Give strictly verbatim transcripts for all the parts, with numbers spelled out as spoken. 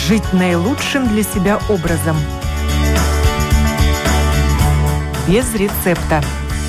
Жить наилучшим для себя образом. Без рецепта.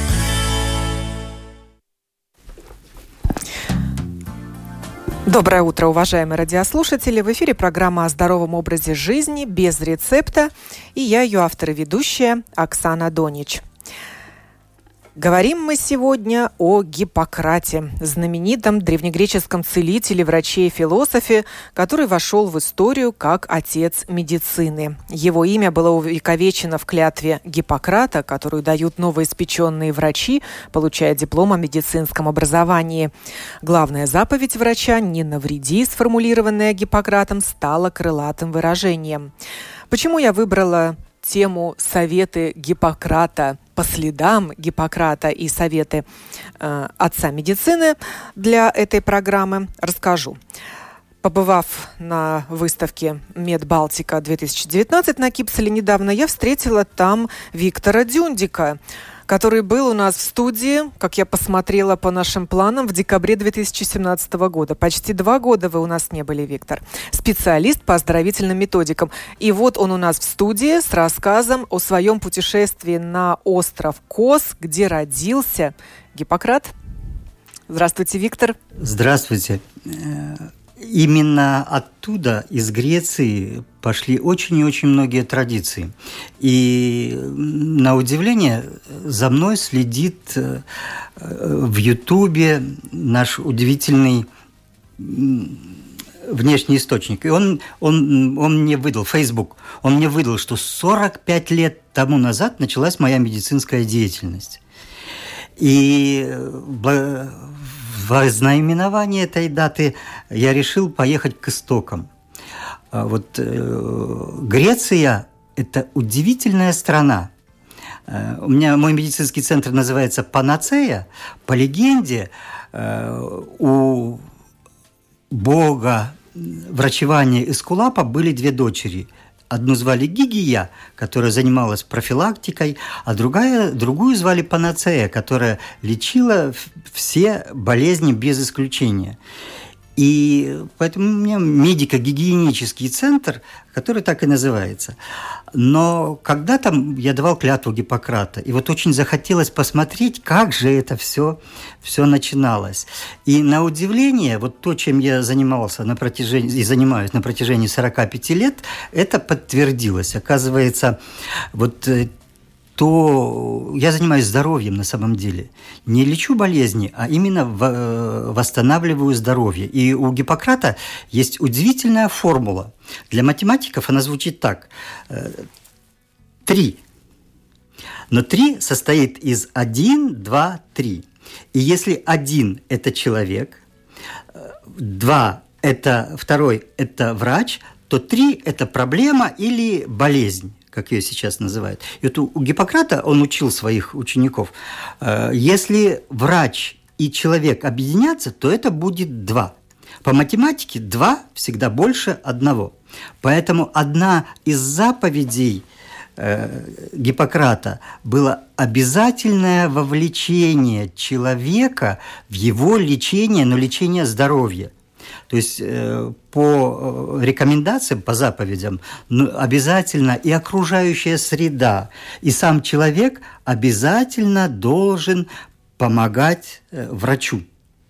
Доброе утро, уважаемые радиослушатели. В эфире программа о здоровом образе жизни без рецепта. И я, ее автор и ведущая, Оксана Донич. Говорим мы сегодня о Гиппократе, знаменитом древнегреческом целителе, враче и философе, который вошел в историю как отец медицины. Его имя было увековечено в клятве Гиппократа, которую дают новоиспеченные врачи, получая диплом о медицинском образовании. Главная заповедь врача «Не навреди», сформулированная Гиппократом, стала крылатым выражением. Почему я выбрала тему «Советы Гиппократа», по следам Гиппократа и советы э, отца медицины для этой программы, расскажу. Побывав на выставке «Медбалтика-две тысячи девятнадцать» на Кипселе недавно, я встретила там Виктора Дюндика, который был у нас в студии, как я посмотрела по нашим планам, в декабре две тысячи семнадцатого года. Почти два года вы у нас не были, Виктор. Специалист по оздоровительным методикам. И вот он у нас в студии с рассказом о своем путешествии на остров Кос, где родился Гиппократ. Здравствуйте, Виктор. Здравствуйте. Именно оттуда, из Греции, пошли очень и очень многие традиции. И, на удивление, за мной следит в Ютубе наш удивительный внешний источник. И он, он, он мне выдал, Facebook, он мне выдал, что сорок пять лет тому назад началась моя медицинская деятельность. И во знаменование этой даты я решил поехать к истокам. Вот э, Греция – это удивительная страна. Э, у меня мой медицинский центр называется «Панацея». По легенде, э, у бога врачевания Эскулапа были две дочери. Одну звали Гигия, которая занималась профилактикой, а другая, другую звали Панацея, которая лечила все болезни без исключения. И поэтому у меня медико-гигиенический центр, который так и называется. Но когда-то я давал клятву Гиппократа, и вот очень захотелось посмотреть, как же это все, все начиналось. И на удивление, вот то, чем я занимался на протяжении, и занимаюсь на протяжении сорока пяти лет, это подтвердилось. Оказывается, вот то я занимаюсь здоровьем на самом деле. Не лечу болезни, а именно восстанавливаю здоровье. И у Гиппократа есть удивительная формула. Для математиков она звучит так. Три. Но три состоит из один, два, три. И если один – это человек, два – это второй – это врач, то три – это проблема или болезнь, как ее сейчас называют. И вот у Гиппократа он учил своих учеников, если врач и человек объединятся, то это будет два. По математике два всегда больше одного. Поэтому одна из заповедей Гиппократа было обязательное вовлечение человека в его лечение, но лечение здоровья. То есть э, по рекомендациям, по заповедям, ну, обязательно и окружающая среда, и сам человек обязательно должен помогать э, врачу.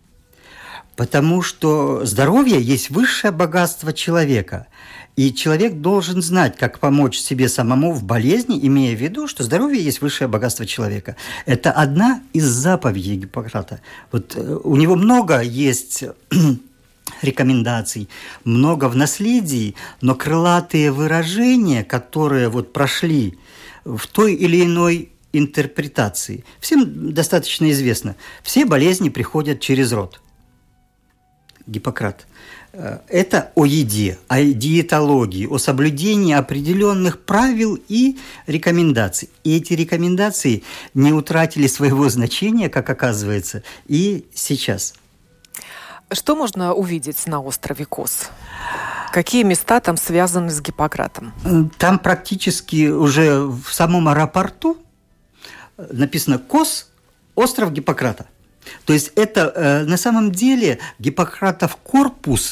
Потому что здоровье есть высшее богатство человека. И человек должен знать, как помочь себе самому в болезни, имея в виду, что здоровье есть высшее богатство человека. Это одна из заповедей Гиппократа. Вот э, у него много есть рекомендаций, много в наследии, но крылатые выражения, которые вот прошли в той или иной интерпретации, всем достаточно известно. Все болезни приходят через рот. Гиппократ. Это о еде, о диетологии, о соблюдении определенных правил и рекомендаций. И эти рекомендации не утратили своего значения, как оказывается, и сейчас. Что можно увидеть на острове Кос? Какие места там связаны с Гиппократом? Там практически уже в самом аэропорту написано «Кос, остров Гиппократа». То есть это э, на самом деле Гиппократов корпус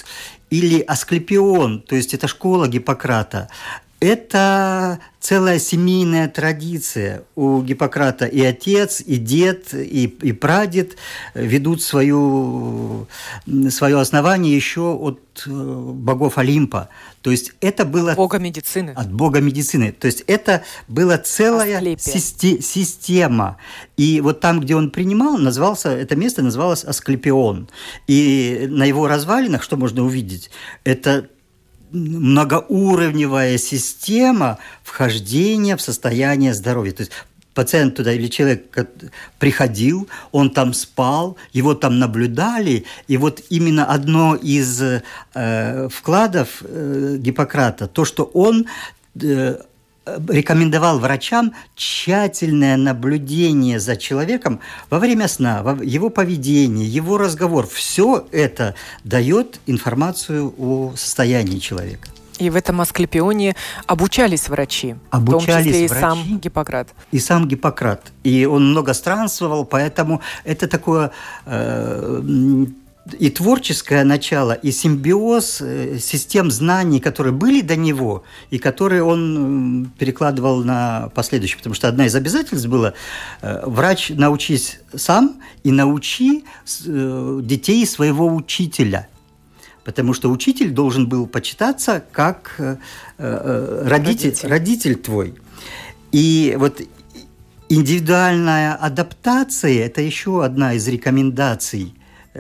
или Асклепион, то есть это школа Гиппократа. Это целая семейная традиция. У Гиппократа и отец, и дед, и, и прадед ведут свою, свое основание еще от богов Олимпа. То есть это было... Бога медицины. От бога медицины. То есть это была целая систи- система. И вот там, где он принимал, назывался, это место называлось Асклепион. И на его развалинах, что можно увидеть, это многоуровневая система вхождения в состояние здоровья. То есть пациент туда или человек приходил, он там спал, его там наблюдали, и вот именно одно из э, вкладов э, Гиппократа, то, что он э, рекомендовал врачам тщательное наблюдение за человеком во время сна, его поведение, его разговор. Все это дает информацию о состоянии человека. И в этом Асклепионе обучались врачи, обучались в том числе и врачи, сам Гиппократ. И сам Гиппократ. И он много странствовал, поэтому это такое... Э, и творческое начало, и симбиоз систем знаний, которые были до него, и которые он перекладывал на последующие. Потому что одна из обязательств была: врач, научись сам и научи детей своего учителя. Потому что учитель должен был почитаться как родитель, родитель. родитель твой. И вот индивидуальная адаптация – это еще одна из рекомендаций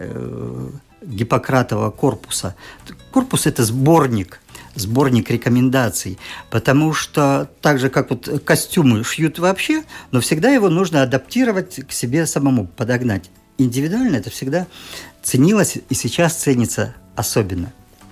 Гиппократова корпуса. Корпус – это сборник, сборник рекомендаций, потому что так же, как вот костюмы шьют вообще, но всегда его нужно адаптировать к себе самому, подогнать. Индивидуально это всегда ценилось и сейчас ценится особенно.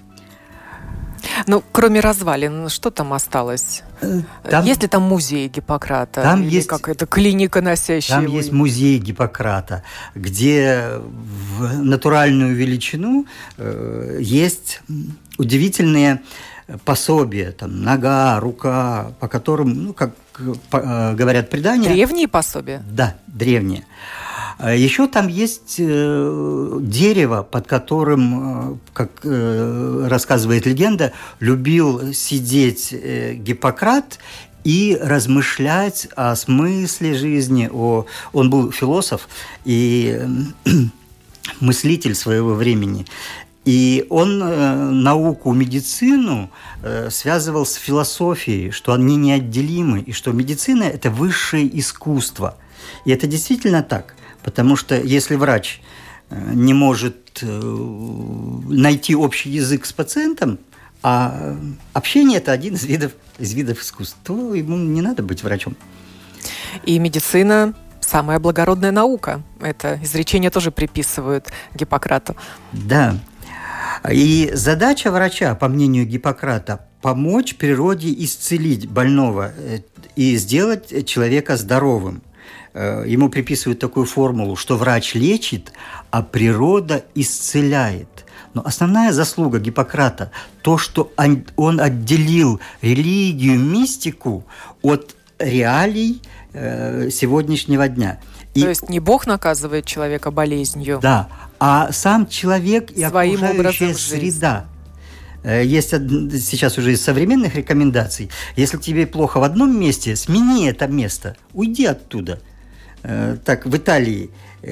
Ну, кроме развалин, что там осталось? Там, есть ли там музей Гиппократа? Там или есть какая-то клиника, носящая Там его есть имя? музей Гиппократа, где в натуральную величину э, есть удивительные пособия, там, нога, рука, по которым, ну, как по, э, говорят предания... Древние пособия? Да, древние. Еще там есть э, дерево, под которым, э, как э, рассказывает легенда, любил сидеть э, Гиппократ и размышлять о смысле жизни. О... Он был философ и э, мыслитель своего времени. И он э, науку, медицину э, связывал с философией, что они неотделимы, и что медицина – это высшее искусство. И это действительно так. Потому что если врач не может найти общий язык с пациентом, а общение – это один из видов, из видов искусств, то ему не надо быть врачом. И медицина – самая благородная наука. Это изречение тоже приписывают Гиппократу. Да. И задача врача, по мнению Гиппократа, помочь природе исцелить больного и сделать человека здоровым. Ему приписывают такую формулу, что врач лечит, а природа исцеляет. Но основная заслуга Гиппократа – то, что он отделил религию, мистику от реалий сегодняшнего дня. И, то есть не Бог наказывает человека болезнью. Да, а сам человек и своим окружающая среда. Есть сейчас уже из современных рекомендаций. Если тебе плохо в одном месте, смени это место, уйди оттуда. Так, в Италии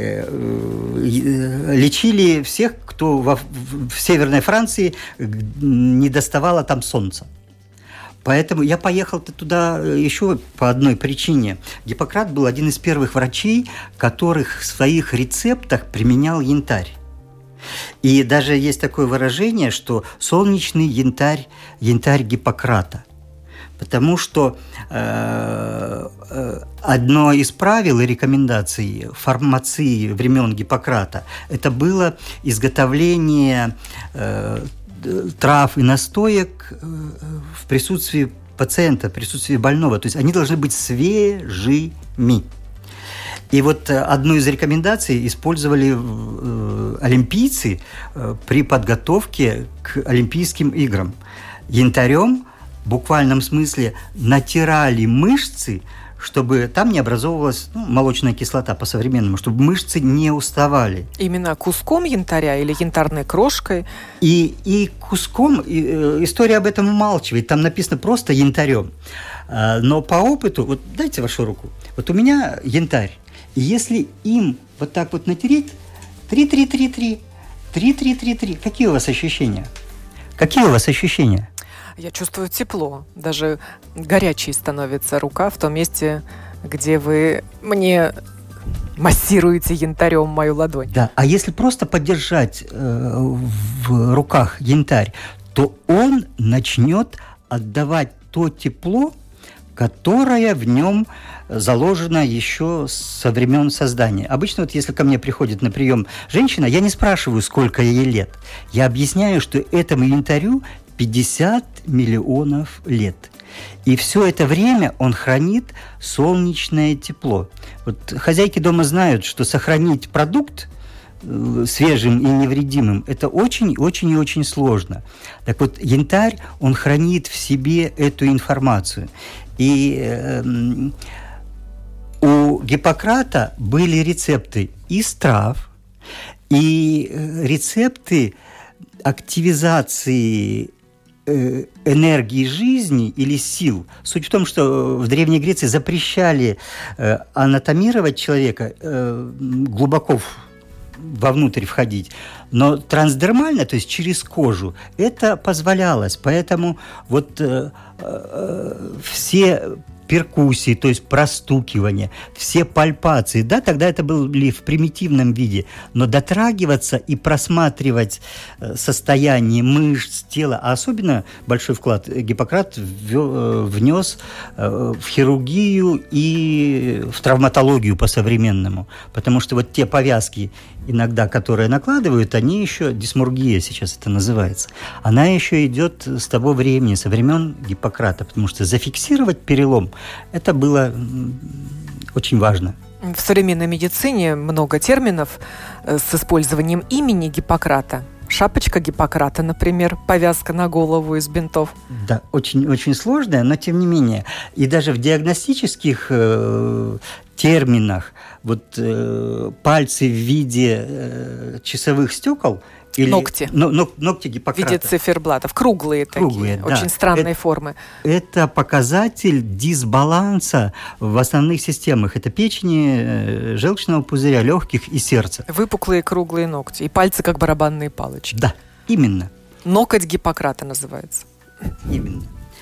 лечили всех, кто в Северной Франции не доставало там солнца. Поэтому я поехал туда еще по одной причине. Гиппократ был один из первых врачей, которых в своих рецептах применял янтарь. И даже есть такое выражение, что солнечный янтарь, янтарь Гиппократа. Потому что э, одно из правил и рекомендаций фармации времен Гиппократа – это было изготовление э, трав и настоек в присутствии пациента, в присутствии больного. То есть они должны быть свежими. И вот одну из рекомендаций использовали олимпийцы при подготовке к Олимпийским играм. Янтарем в буквальном смысле натирали мышцы, чтобы там не образовывалась ну, молочная кислота по-современному, чтобы мышцы не уставали. Именно куском янтаря или янтарной крошкой? И, и куском, и, э, история об этом умалчивает, там написано просто янтарем. А, но по опыту, вот дайте вашу руку, вот у меня янтарь, и если им вот так вот натереть, три-три-три-три, три-три-три-три, какие у вас ощущения? Какие у вас ощущения? Я чувствую тепло. Даже горячей становится рука в том месте, где вы мне массируете янтарем мою ладонь. Да, а если просто подержать э, в руках янтарь, то он начнет отдавать то тепло, которое в нем заложено еще со времен создания. Обычно вот если ко мне приходит на прием женщина, я не спрашиваю, сколько ей лет. Я объясняю, что этому янтарю пятьдесят миллионов лет. И все это время он хранит солнечное тепло. Вот хозяйки дома знают, что сохранить продукт э, свежим и невредимым – это очень-очень и очень сложно. Так вот, янтарь, он хранит в себе эту информацию. И э, у Гиппократа были рецепты из трав, и рецепты активизации энергии жизни или сил. Суть в том, что в Древней Греции запрещали э, анатомировать человека, э, глубоко вовнутрь входить, но трансдермально, то есть через кожу, это позволялось. Поэтому вот э, э, все перкуссии, то есть простукивание, все пальпации, да, тогда это были в примитивном виде, но дотрагиваться и просматривать состояние мышц, тела, а особенно большой вклад Гиппократ внес в хирургию и в травматологию по-современному, потому что вот те повязки иногда, которые накладывают, они еще, дисмургия сейчас это называется, она еще идет с того времени, со времен Гиппократа, потому что зафиксировать перелом это было очень важно. В современной медицине много терминов с использованием имени Гиппократа. Шапочка Гиппократа, например, повязка на голову из бинтов. Да, очень-очень сложная, но тем не менее. И даже в диагностических э, терминах вот э, пальцы в виде э, часовых стекол или ногти. Но, но, ногти Гиппократа. В виде циферблатов. Круглые, Круглые такие, да. Очень странной это, формы. Это показатель дисбаланса в основных системах. Это печени, желчного пузыря, легких и сердца. Выпуклые круглые ногти. И пальцы как барабанные палочки. Да, именно. Ноготь Гиппократа называется. Именно.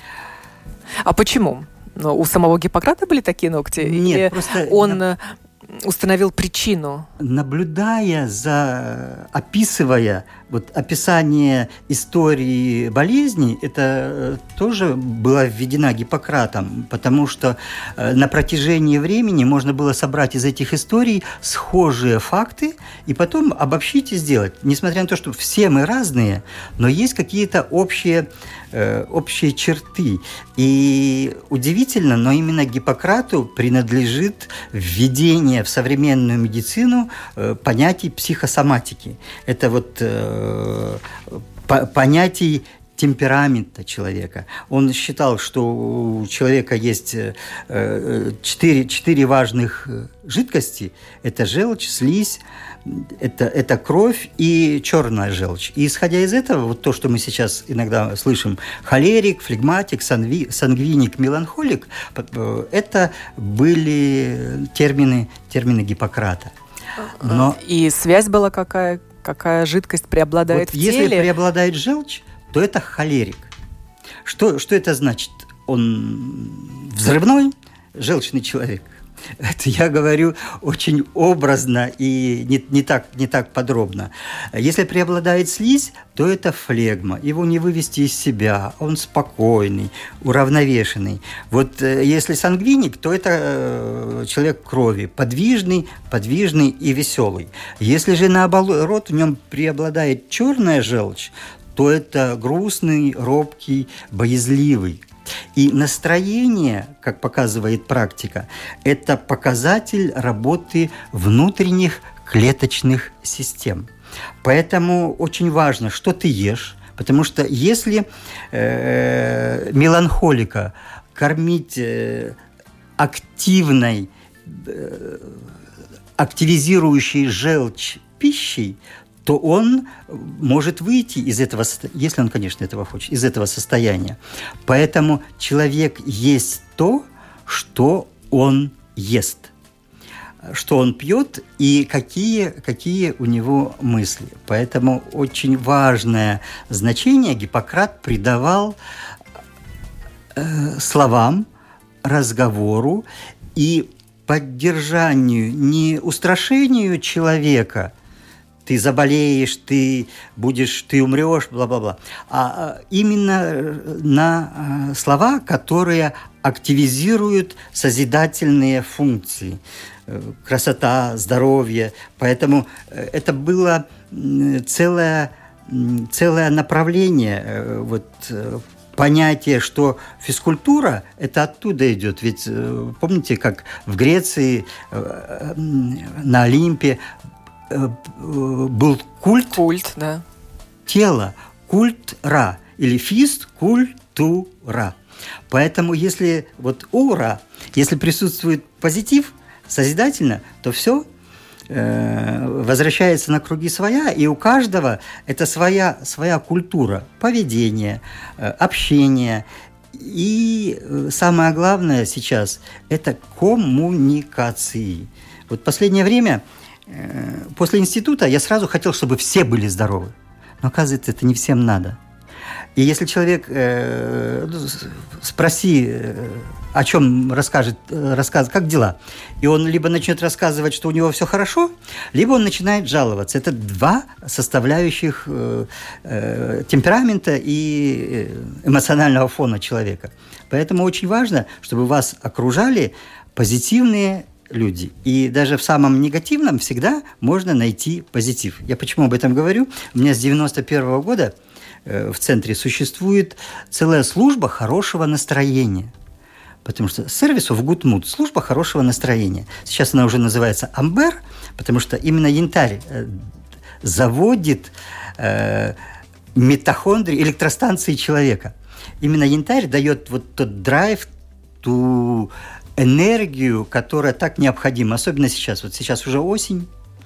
А почему? Ну, у самого Гиппократа были такие ногти? Нет, или просто... он... установил причину? Наблюдая за, описывая вот описание истории болезни, это тоже была введена Гиппократом, потому что на протяжении времени можно было собрать из этих историй схожие факты и потом обобщить и сделать. Несмотря на то, что все мы разные, но есть какие-то общие, э, общие черты. И удивительно, но именно Гиппократу принадлежит введение в современную медицину э, понятий психосоматики. Это вот э, по, понятий темперамента человека. Он считал, что у человека есть э, четыре, четыре важных жидкости. Это желчь, слизь, это, это кровь и черная желчь. И исходя из этого, вот то, что мы сейчас иногда слышим, холерик, флегматик, сангви, сангвиник, меланхолик, это были термины, термины Гиппократа. Но... И связь была какая? Какая жидкость преобладает вот в если теле? Если преобладает желчь, то это холерик. Что, что это значит? Он взрывной, желчный человек. Это я говорю очень образно и не, не, так, не так подробно. Если преобладает слизь, то это флегма. Его не вывести из себя. Он спокойный, уравновешенный. Вот если сангвиник, то это человек крови. Подвижный, подвижный и веселый. Если же наоборот в нем преобладает черная желчь, то это грустный, робкий, боязливый. И настроение, как показывает практика, это показатель работы внутренних клеточных систем. Поэтому очень важно, что ты ешь, потому что если э, меланхолика кормить э, активной, активизирующей желчь пищей, то он может выйти из этого, если он, конечно, этого хочет, из этого состояния. Поэтому человек есть то, что он ест, что он пьет и какие, какие у него мысли. Поэтому очень важное значение Гиппократ придавал э, словам, разговору и поддержанию, не устрашению человека. Ты заболеешь, ты будешь, ты умрешь, бла-бла-бла. А именно на слова, которые активизируют созидательные функции. Красота, здоровье. Поэтому это было целое, целое направление, вот, понятие, что физкультура – это оттуда идет. Ведь помните, как в Греции на Олимпе был культ, культ да. тела, культ Ра, или физкультура. Поэтому если вот ура, если присутствует позитив, созидательно, то все э, возвращается на круги своя, и у каждого это своя, своя культура, поведение, э, общение. И э, самое главное сейчас – это коммуникации. Вот в последнее время после института я сразу хотел, чтобы все были здоровы. Но, оказывается, это не всем надо. И если человек, э, спроси, э, о чем расскажет, э, расскажет, как дела, и он либо начнет рассказывать, что у него все хорошо, либо он начинает жаловаться. Это два составляющих э, э, темперамента и эмоционального фона человека. Поэтому очень важно, чтобы вас окружали позитивные люди. И даже в самом негативном всегда можно найти позитив. Я почему об этом говорю? У меня с девяносто первого года э, в центре существует целая служба хорошего настроения. Потому что сервис of good mood, служба хорошего настроения. Сейчас она уже называется Амбер, потому что именно янтарь э, заводит э, митохондрии, электростанции человека. Именно янтарь дает вот тот драйв, ту энергию, которая так необходима, особенно сейчас. Вот сейчас уже осень.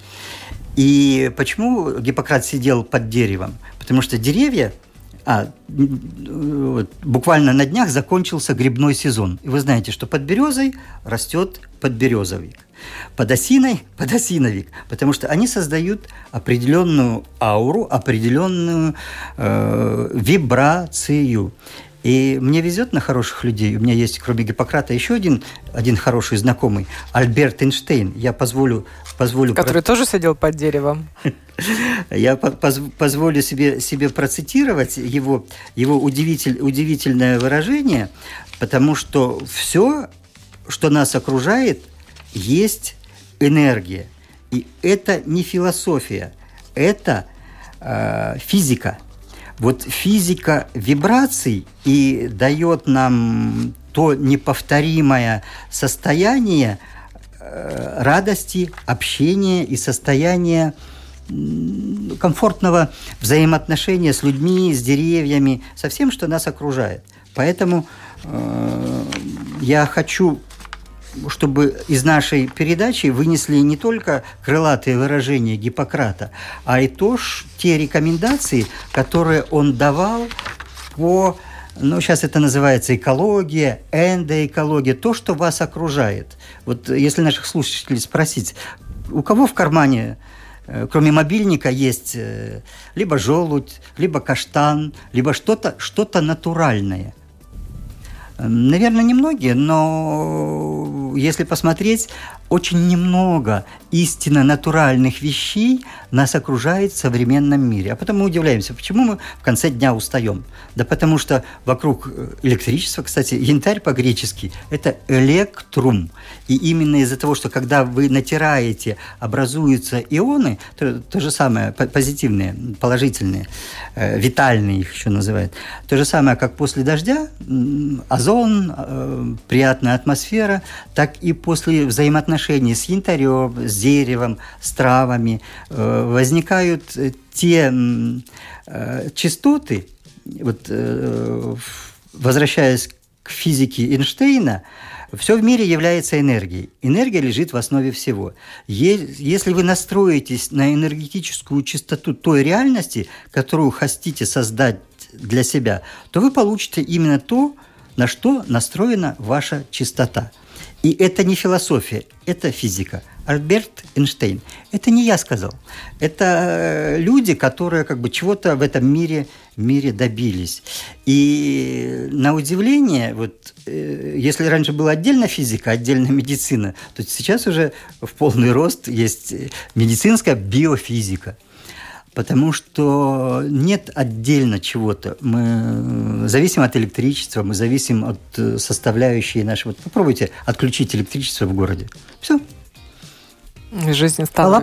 И почему Гиппократ сидел под деревом? Потому что деревья... А, вот, буквально на днях закончился грибной сезон. И вы знаете, что под березой растет подберезовик. Под осиной – подосиновик. Потому что они создают определенную ауру, определенную э, вибрацию. И мне везет на хороших людей. У меня есть, кроме Гиппократа, еще один, один хороший знакомый, Альберт Эйнштейн. Я позволю... позволю Который про... тоже сидел под деревом. Я позволю себе, себе процитировать его, его удивитель, удивительное выражение, потому что все, что нас окружает, есть энергия. И это не философия, это э, физика. Вот физика вибраций и дает нам то неповторимое состояние э, радости, общения и состояния комфортного взаимоотношения с людьми, с деревьями, со всем, что нас окружает. Поэтому э, я хочу, чтобы из нашей передачи вынесли не только крылатые выражения Гиппократа, а и то, те рекомендации, которые он давал по, ну, сейчас это называется экология, эндоэкология, то, что вас окружает. Вот если наших слушателей спросить, у кого в кармане, кроме мобильника, есть либо желудь, либо каштан, либо что-то, что-то натуральное. Наверное, немногие, но если посмотреть, очень немного истинно натуральных вещей нас окружает в современном мире. А потом мы удивляемся, почему мы в конце дня устаем. Да потому что вокруг электричества, кстати, янтарь по-гречески – это электрум. И именно из-за того, что когда вы натираете, образуются ионы, то, то же самое, позитивные, положительные, э, витальные их еще называют, то же самое, как после дождя, озон, э, приятная атмосфера, так и после взаимоотношений с янтарем, с деревом, с травами э, возникают те э, частоты, вот, э, возвращаясь к физике Эйнштейна, Все в мире является энергией. Энергия лежит в основе всего. Если вы настроитесь на энергетическую чистоту той реальности, которую хотите создать для себя, то вы получите именно то, на что настроена ваша чистота. И это не философия, это физика. Альберт Эйнштейн. Это не я сказал. Это люди, которые как бы чего-то в этом мире, мире добились. И на удивление, вот, если раньше была отдельно физика, отдельно медицина, то сейчас уже в полный рост есть медицинская биофизика. Потому что нет отдельно чего-то. Мы зависим от электричества, мы зависим от составляющей нашей... Вот попробуйте отключить электричество в городе. Все. Жизнь стала...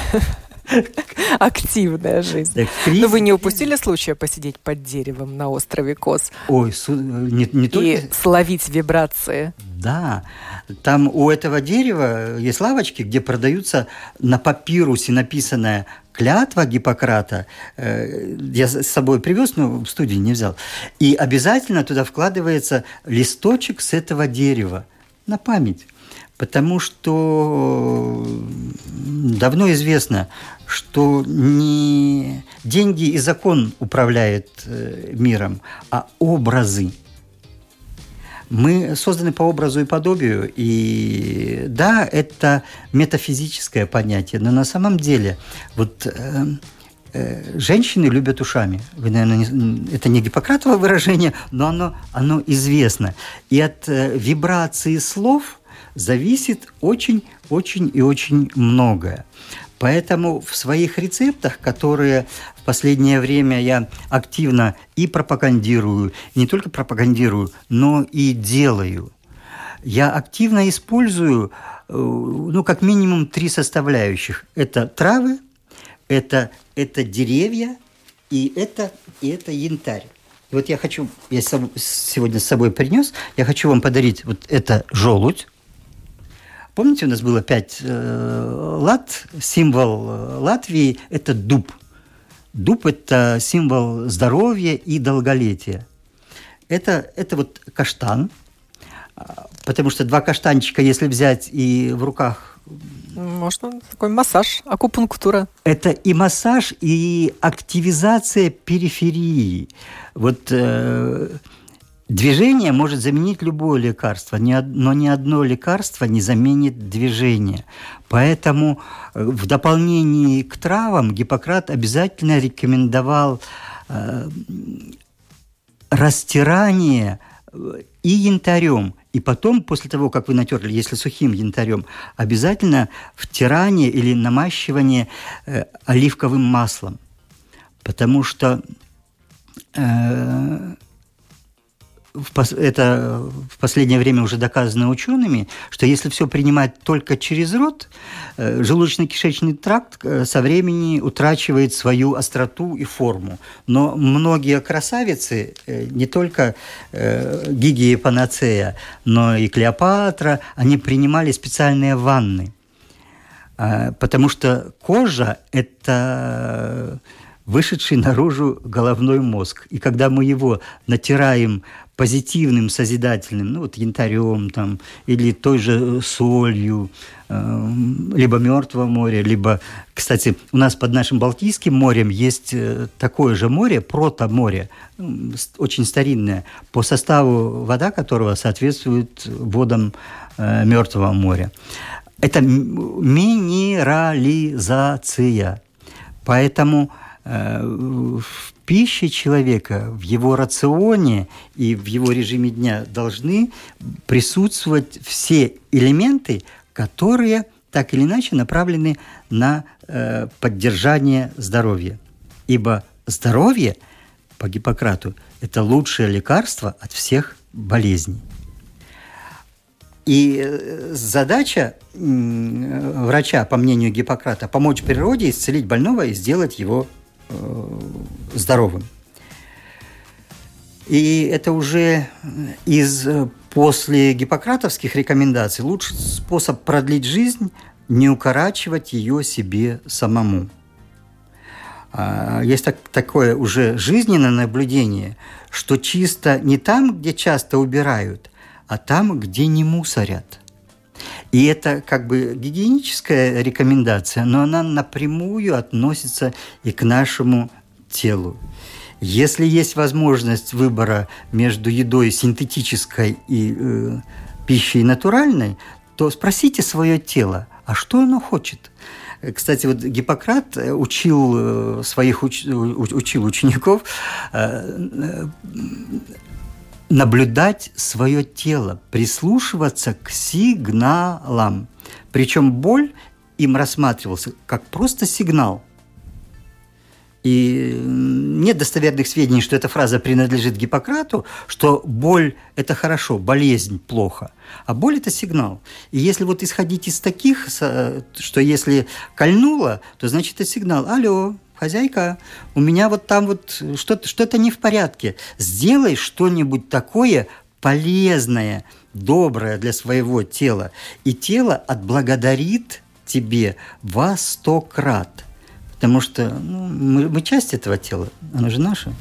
Активная жизнь. Но вы не упустили случая посидеть под деревом на острове Кос? Ой, не, не только... И словить вибрации. Да. Там у этого дерева есть лавочки, где продаются на папирусе написанная клятва Гиппократа. Я с собой привез, но в студии не взял. И обязательно туда вкладывается листочек с этого дерева на память. Потому что давно известно, что не деньги и закон управляют миром, а образы. Мы созданы по образу и подобию, и да, это метафизическое понятие, но на самом деле вот э, э, женщины любят ушами. Вы, наверное, не, это не Гиппократово выражение, но оно, оно известно. И от э, вибрации слов зависит очень-очень и очень многое. Поэтому в своих рецептах, которые в последнее время я активно и пропагандирую, и не только пропагандирую, но и делаю, я активно использую, ну, как минимум три составляющих. Это травы, это, это деревья и это, и это янтарь. И вот я хочу, я сегодня с собой принес, я хочу вам подарить вот это желудь. Помните, у нас было пять э, лат, символ Латвии – это дуб. Дуб – это символ здоровья и долголетия. Это, это вот каштан, потому что два каштанчика, если взять и в руках… Можно такой массаж, акупунктура. Это и массаж, и активизация периферии. Вот… Э, Движение может заменить любое лекарство, но ни одно лекарство не заменит движение. Поэтому в дополнение к травам Гиппократ обязательно рекомендовал э, растирание и янтарем, и потом, после того, как вы натерли, если сухим янтарем, обязательно втирание или намащивание э, оливковым маслом. Потому что... Э, это в последнее время уже доказано учеными, что если все принимать только через рот, желудочно-кишечный тракт со временем утрачивает свою остроту и форму. Но многие красавицы, не только Гигия и Панацея, но и Клеопатра, они принимали специальные ванны, потому что кожа – это вышедший наружу головной мозг. И когда мы его натираем позитивным, созидательным, ну вот янтарем там, или той же солью, э, либо Мертвого моря, либо, кстати, у нас под нашим Балтийским морем есть такое же море, протоморе, очень старинное, по составу вода которого соответствует водам э, Мертвого моря. Это минерализация. Поэтому в пище человека, в его рационе и в его режиме дня должны присутствовать все элементы, которые так или иначе направлены на э, поддержание здоровья. Ибо здоровье, по Гиппократу, это лучшее лекарство от всех болезней. И задача врача, по мнению Гиппократа, помочь природе исцелить больного и сделать его здоровым. И это уже из после гиппократовских рекомендаций лучший способ продлить жизнь – не укорачивать ее себе самому. Есть так, такое уже жизненное наблюдение, что чисто не там, где часто убирают, а там, где не мусорят. И это как бы гигиеническая рекомендация, но она напрямую относится и к нашему телу. Если есть возможность выбора между едой синтетической и э, пищей натуральной, то спросите свое тело, а что оно хочет? Кстати, вот Гиппократ учил своих уч... учил учеников э, наблюдать свое тело, прислушиваться к сигналам. Причем боль им рассматривался как просто сигнал. И нет достоверных сведений, что эта фраза принадлежит Гиппократу, что боль – это хорошо, болезнь – плохо, а боль – это сигнал. И если вот исходить из таких, что если кольнуло, то значит это сигнал. Алло, хозяйка, у меня вот там вот что-то, что-то не в порядке. Сделай что-нибудь такое полезное, доброе для своего тела. И тело отблагодарит тебе во сто крат. Потому что ну, мы, мы часть этого тела, оно же наше.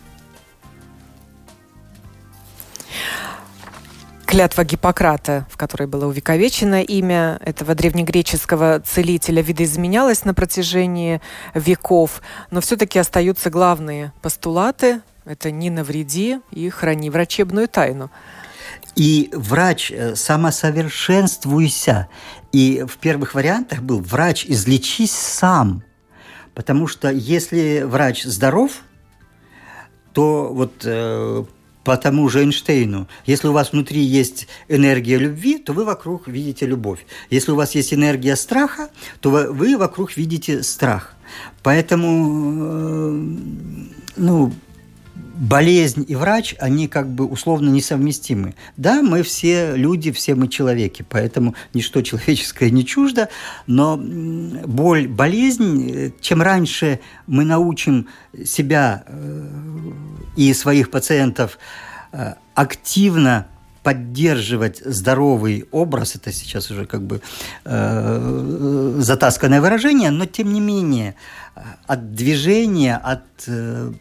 Клятва Гиппократа, в которой было увековечено имя этого древнегреческого целителя, видоизменялась на протяжении веков, но все-таки остаются главные постулаты – это «не навреди» и «храни врачебную тайну». И врач самосовершенствуйся. И в первых вариантах был «врач, излечись сам». Потому что если врач здоров, то вот э, по тому же Эйнштейну, если у вас внутри есть энергия любви, то вы вокруг видите любовь. Если у вас есть энергия страха, то вы, вы вокруг видите страх. Поэтому, э, ну, болезнь и врач, они как бы условно несовместимы. Да, мы все люди, все мы человеки, поэтому ничто человеческое не чуждо, но боль, болезнь, чем раньше мы научим себя и своих пациентов активно поддерживать здоровый образ, это сейчас уже как бы э, затасканное выражение, но тем не менее от движения, от э,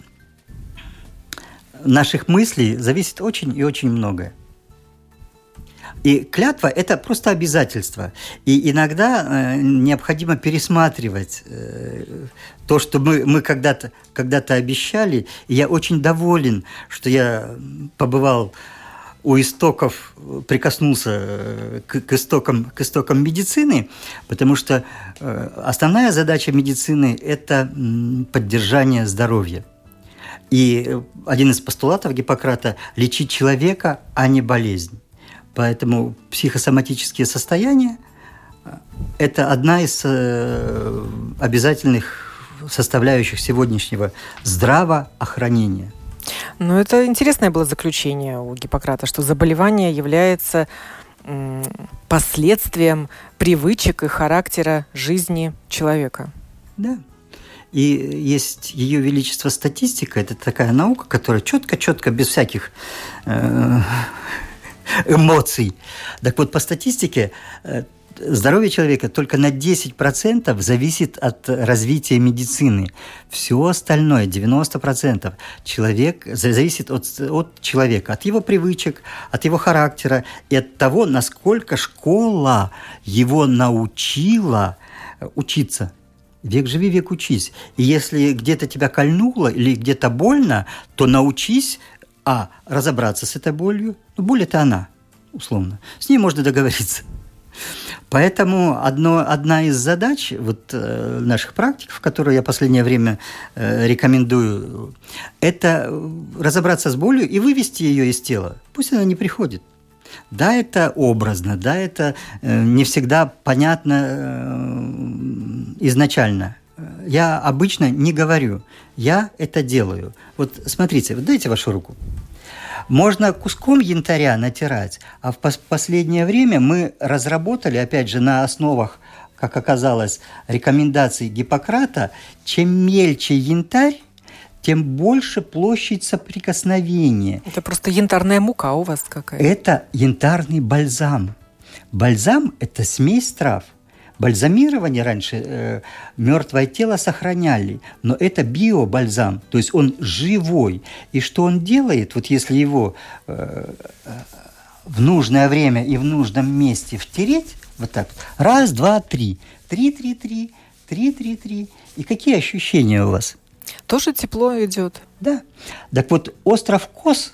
наших мыслей зависит очень и очень многое. И клятва – это просто обязательство. И иногда э, необходимо пересматривать э, то, что мы, мы когда-то, когда-то обещали. И я очень доволен, что я побывал у истоков, прикоснулся к, к, истокам, к истокам медицины, потому что э, основная задача медицины – это м, поддержание здоровья. И один из постулатов Гиппократа – лечить человека, а не болезнь. Поэтому психосоматические состояния – это одна из э, обязательных составляющих сегодняшнего здравоохранения. Ну, это интересное было заключение у Гиппократа, что заболевание является м, последствием привычек и характера жизни человека. Да. И есть Ее Величество статистика, это такая наука, которая четко-четко, без всяких э, эмоций. Так вот, по статистике, э, здоровье человека только на десять процентов зависит от развития медицины. Все остальное, девяносто процентов, человек, зависит от, от человека, от его привычек, от его характера и от того, насколько школа его научила учиться. Век живи, век учись. И если где-то тебя кольнуло или где-то больно, то научись, а, разобраться с этой болью. Ну, боль – это она, условно. С ней можно договориться. Поэтому одно, одна из задач вот, э, наших практиков, которую я в последнее время э, рекомендую, это разобраться с болью и вывести ее из тела. Пусть она не приходит. Да, это образно, да, это э, не всегда понятно э, изначально. Я обычно не говорю, я это делаю. Вот смотрите, вот дайте вашу руку. Можно куском янтаря натирать, а в пос- последнее время мы разработали, опять же, на основах, как оказалось, рекомендаций Гиппократа, чем мельче янтарь, тем больше площадь соприкосновения. Это просто янтарная мука у вас какая-то. Это янтарный бальзам. Бальзам – это смесь трав. Бальзамирование раньше э, мертвое тело сохраняли, но это биобальзам, то есть он живой. И что он делает, вот если его э, в нужное время и в нужном месте втереть, вот так, раз, два, три, три, три, три, три, три, три. И какие ощущения у вас? Тоже тепло идет. Да. Так вот, остров Кос,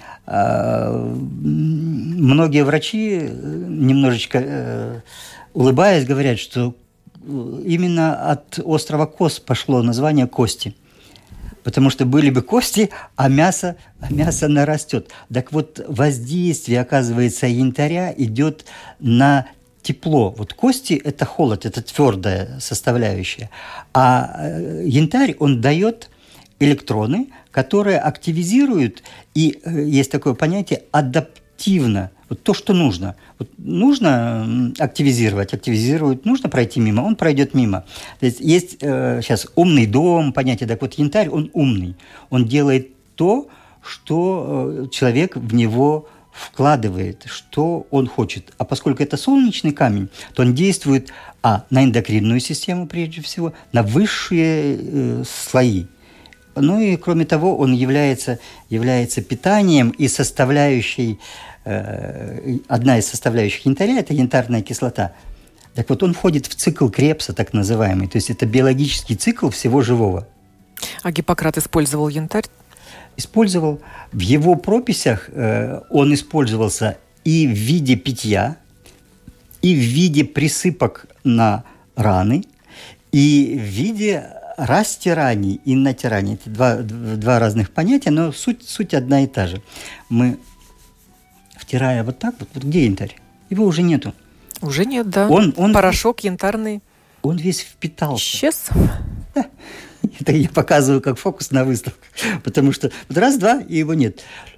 многие врачи, немножечко улыбаясь, говорят, что именно от острова Кос пошло название кости. Потому что были бы кости, а мясо, а мясо нарастет. Так вот, воздействие, оказывается, янтаря идет на тепло. Вот кости – это холод, это твердая составляющая. А янтарь, он дает электроны, которые активизируют, и есть такое понятие адаптивно. Вот то, что нужно. Вот нужно активизировать, активизирует, нужно пройти мимо, он пройдет мимо. То есть есть э, сейчас умный дом, понятие, так вот янтарь, он умный. Он делает то, что э, человек в него вкладывает, что он хочет. А поскольку это солнечный камень, то он действует а, на эндокринную систему, прежде всего, на высшие э, слои. Ну и, кроме того, он является, является питанием и составляющей, э, одна из составляющих янтаря – это янтарная кислота. Так вот, он входит в цикл Кребса, так называемый, то есть это биологический цикл всего живого. А Гиппократ использовал янтарь? Использовал. В его прописях э, он использовался и в виде питья, и в виде присыпок на раны, и в виде растираний и натираний. Это два, два разных понятия, но суть, суть одна и та же. Мы, втирая вот так, вот, вот где янтарь? Его уже нету. Уже нет, да. Он, он, Порошок янтарный. Он весь впитался. Исчез. Да. Это я показываю как фокус на выставках. Потому что вот раз-два, и его нет.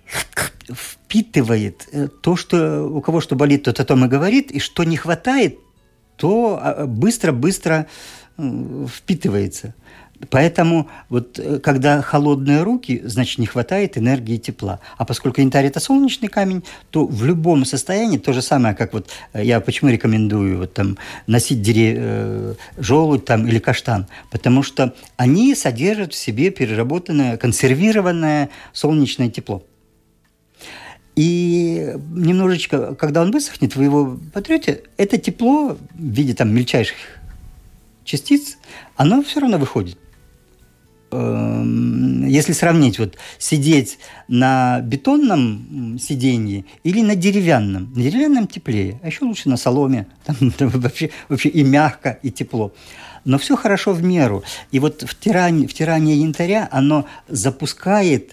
Впитывает то, что у кого что болит, тот о том и говорит, и что не хватает, то быстро-быстро впитывается. Поэтому вот когда холодные руки, значит, не хватает энергии и тепла. А поскольку янтарь – это солнечный камень, то в любом состоянии то же самое, как вот я почему рекомендую вот там носить дерев... э, желудь там, или каштан, потому что они содержат в себе переработанное, консервированное солнечное тепло. И немножечко, когда он высохнет, вы его потрете, это тепло в виде там мельчайших частиц, оно все равно выходит. Если сравнить, вот сидеть на бетонном сиденье или на деревянном. На деревянном теплее, а еще лучше на соломе. Там, там вообще, вообще и мягко, и тепло. Но все хорошо в меру. И вот втирание, втирание янтаря, оно запускает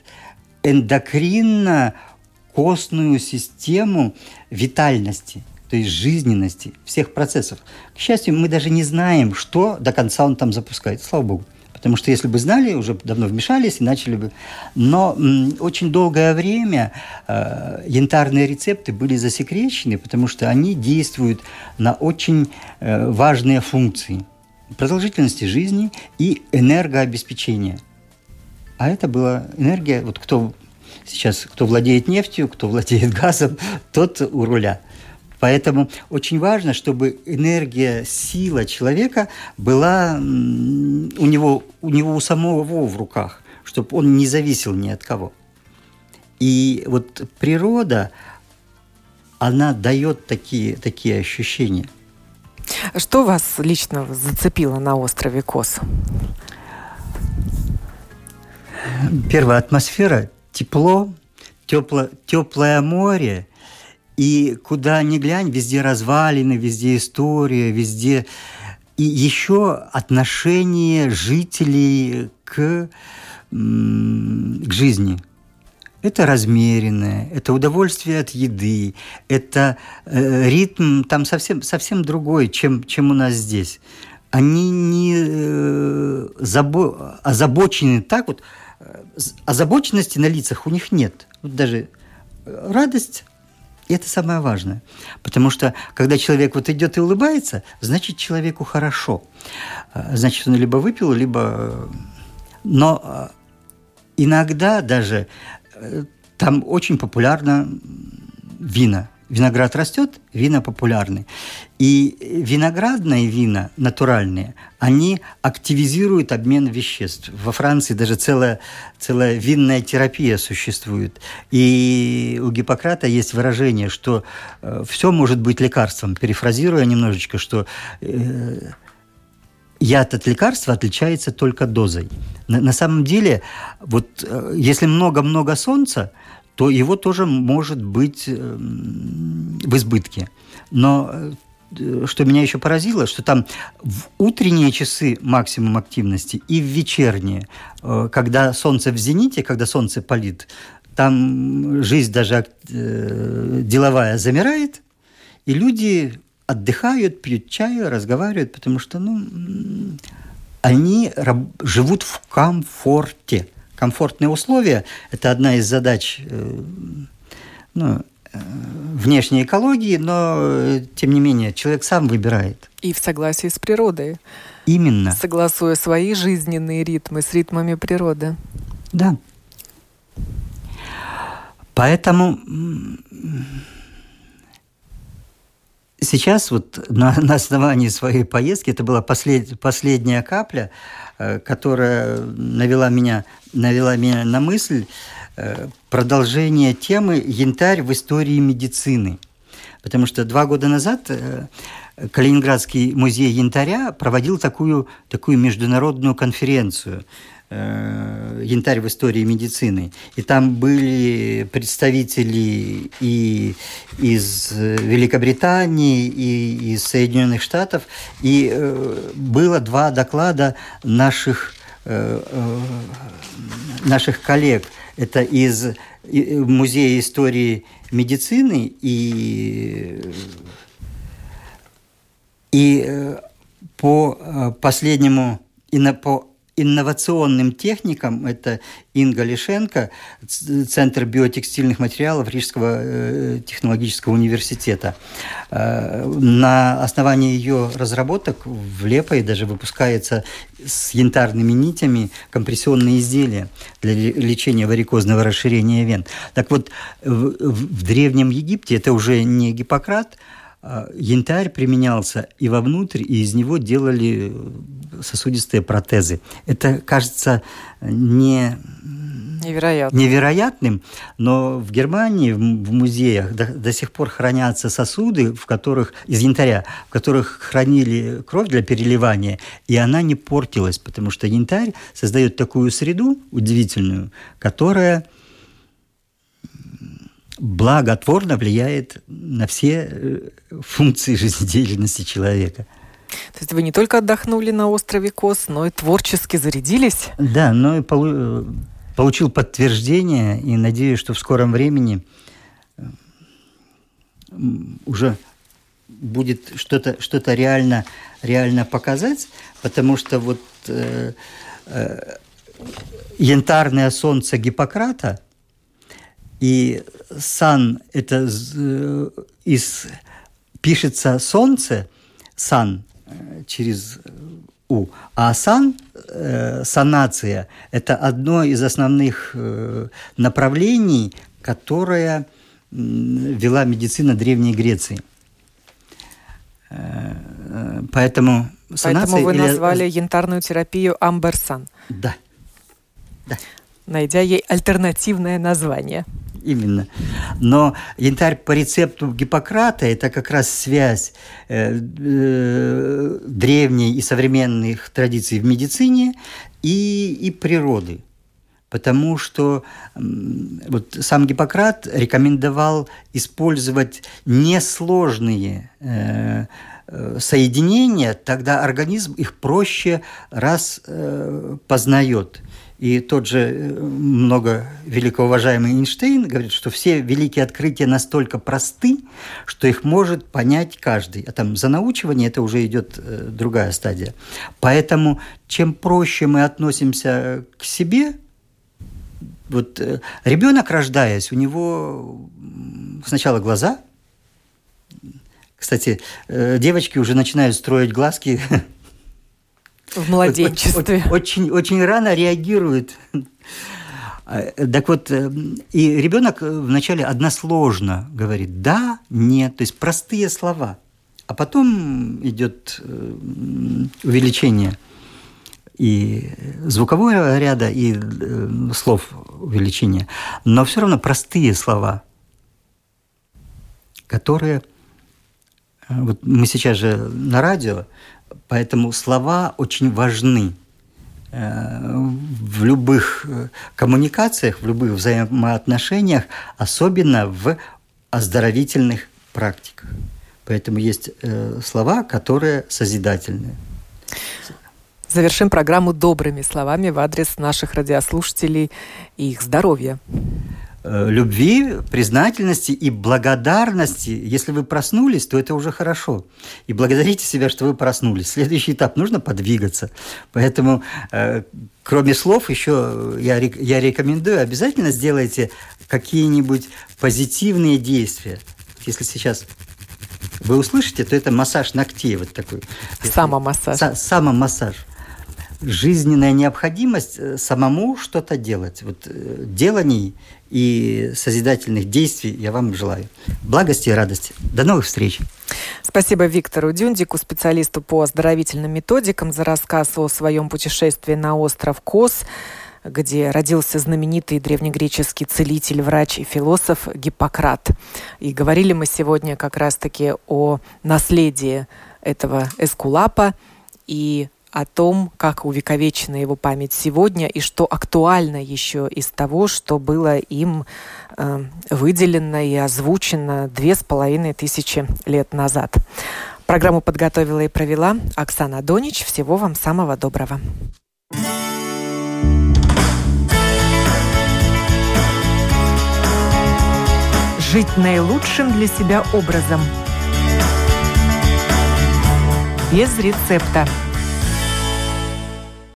эндокринно-костную систему витальности, то есть жизненности всех процессов. К счастью, мы даже не знаем, что до конца он там запускает. Слава Богу. Потому что если бы знали, уже давно вмешались и начали бы. Но м, очень долгое время э, янтарные рецепты были засекречены, потому что они действуют на очень э, важные функции продолжительности жизни и энергообеспечения. А это была энергия, вот кто сейчас, кто владеет нефтью, кто владеет газом, тот у руля. Поэтому очень важно, чтобы энергия, сила человека была у него, у него у самого в руках, чтобы он не зависел ни от кого. И вот природа, она дает такие, такие ощущения. Что вас лично зацепило на острове Кос? Первая атмосфера, тепло, тепло, теплое море. И куда ни глянь, везде развалины, везде история, везде... И еще отношение жителей к, к жизни. Это размеренное, это удовольствие от еды, это э, ритм там совсем, совсем другой, чем, чем у нас здесь. Они не э, забо- озабочены так вот. Озабоченности на лицах у них нет. Вот даже радость... И это самое важное. Потому что, когда человек вот идет и улыбается, значит, человеку хорошо. Значит, он либо выпил, либо... Но иногда даже там очень популярно вина. виноград растет, вина популярны. И виноградные вина, натуральные, они активизируют обмен веществ. Во Франции даже целая, целая винная терапия существует. И у Гиппократа есть выражение, что э, все может быть лекарством. Перефразируя немножечко, что э, яд от лекарства отличается только дозой. На, на самом деле, вот э, если много-много солнца, то его тоже может быть э, в избытке. Но э, что меня еще поразило, что там в утренние часы максимум активности и в вечерние, э, когда солнце в зените, когда солнце палит, там жизнь даже э, деловая замирает, и люди отдыхают, пьют чай, разговаривают, потому что ну, они раб- живут в комфорте. Комфортные условия – это одна из задач э, ну, э, внешней экологии, но, э, тем не менее, человек сам выбирает. И в согласии с природой. Именно. Согласуя свои жизненные ритмы с ритмами природы. Да. Поэтому сейчас вот на, на основании своей поездки, это была послед, последняя капля, э, которая навела меня, навела меня на мысль э, продолжение темы «Янтарь в истории медицины». Потому что два года назад э, Калининградский музей янтаря проводил такую, такую международную конференцию «Янтарь в истории медицины». И там были представители и из Великобритании, и из Соединенных Штатов. И было два доклада наших, наших коллег. Это из Музея истории медицины и, и по последнему, и на, по инновационным техникам, это Инга Лишенко, Центр биотекстильных материалов Рижского технологического университета. На основании ее разработок в Лепое даже выпускается с янтарными нитями компрессионные изделия для лечения варикозного расширения вен. Так вот, в, в Древнем Египте, это уже не Гиппократ, янтарь применялся и вовнутрь, и из него делали сосудистые протезы. Это кажется не... Невероятно. невероятным, но в Германии, в, в музеях до, до сих пор хранятся сосуды, в которых, из янтаря, в которых хранили кровь для переливания, и она не портилась, потому что янтарь создает такую среду удивительную, которая благотворно влияет на все функции жизнедеятельности человека. То есть вы не только отдохнули на острове Кос, но и творчески зарядились? Да, но и полу- получил подтверждение, и надеюсь, что в скором времени уже будет что-то, что-то реально, реально показать, потому что вот э, э, янтарное солнце Гиппократа и сан – это из, пишется солнце, сан через у, а сан, э, санация – это одно из основных э, направлений, которое э, вела медицина Древней Греции. Э, поэтому санация… Поэтому вы или... назвали янтарную терапию амберсан. Да. Да. Найдя ей альтернативное название. Именно. Но янтарь по рецепту Гиппократа – это как раз связь э, э, древней и современных традиций в медицине и, и природы. Потому что э, вот сам Гиппократ рекомендовал использовать несложные э, соединения, тогда организм их проще раз э, познает. И тот же много великоуважаемый Эйнштейн говорит, что все великие открытия настолько просты, что их может понять каждый. А там за научивание это уже идет э, другая стадия. Поэтому чем проще мы относимся к себе, вот э, ребенок, рождаясь, у него сначала глаза. Кстати, э, девочки уже начинают строить глазки. В младенчестве. Очень, очень, очень рано реагирует. Так вот, и ребенок вначале односложно говорит «да», «нет», то есть простые слова, а потом идет увеличение и звукового ряда, и слов увеличения, но все равно простые слова, которые… Вот мы сейчас же на радио, поэтому слова очень важны в любых коммуникациях, в любых взаимоотношениях, особенно в оздоровительных практиках. Поэтому есть слова, которые созидательные. Завершим программу добрыми словами в адрес наших радиослушателей и их здоровья. Любви, признательности и благодарности. Если вы проснулись, то это уже хорошо. И благодарите себя, что вы проснулись. Следующий этап – нужно подвигаться. Поэтому, э, кроме слов, еще я, я рекомендую, обязательно сделайте какие-нибудь позитивные действия. Если сейчас вы услышите, то это массаж ногтей вот такой. Самомассаж. Са- самомассаж. Жизненная необходимость самому что-то делать. Вот деланий и созидательных действий я вам желаю. Благости и радости. До новых встреч. Спасибо Виктору Дюндику, специалисту по оздоровительным методикам, за рассказ о своем путешествии на остров Кос, где родился знаменитый древнегреческий целитель, врач и философ Гиппократ. И говорили мы сегодня как раз-таки о наследии этого Эскулапа и о том, как увековечена его память сегодня и что актуально еще из того, что было им э, выделено и озвучено две с половиной тысячи лет назад. Программу подготовила и провела Оксана Донич. Всего вам самого доброго. Жить наилучшим для себя образом. Без рецепта.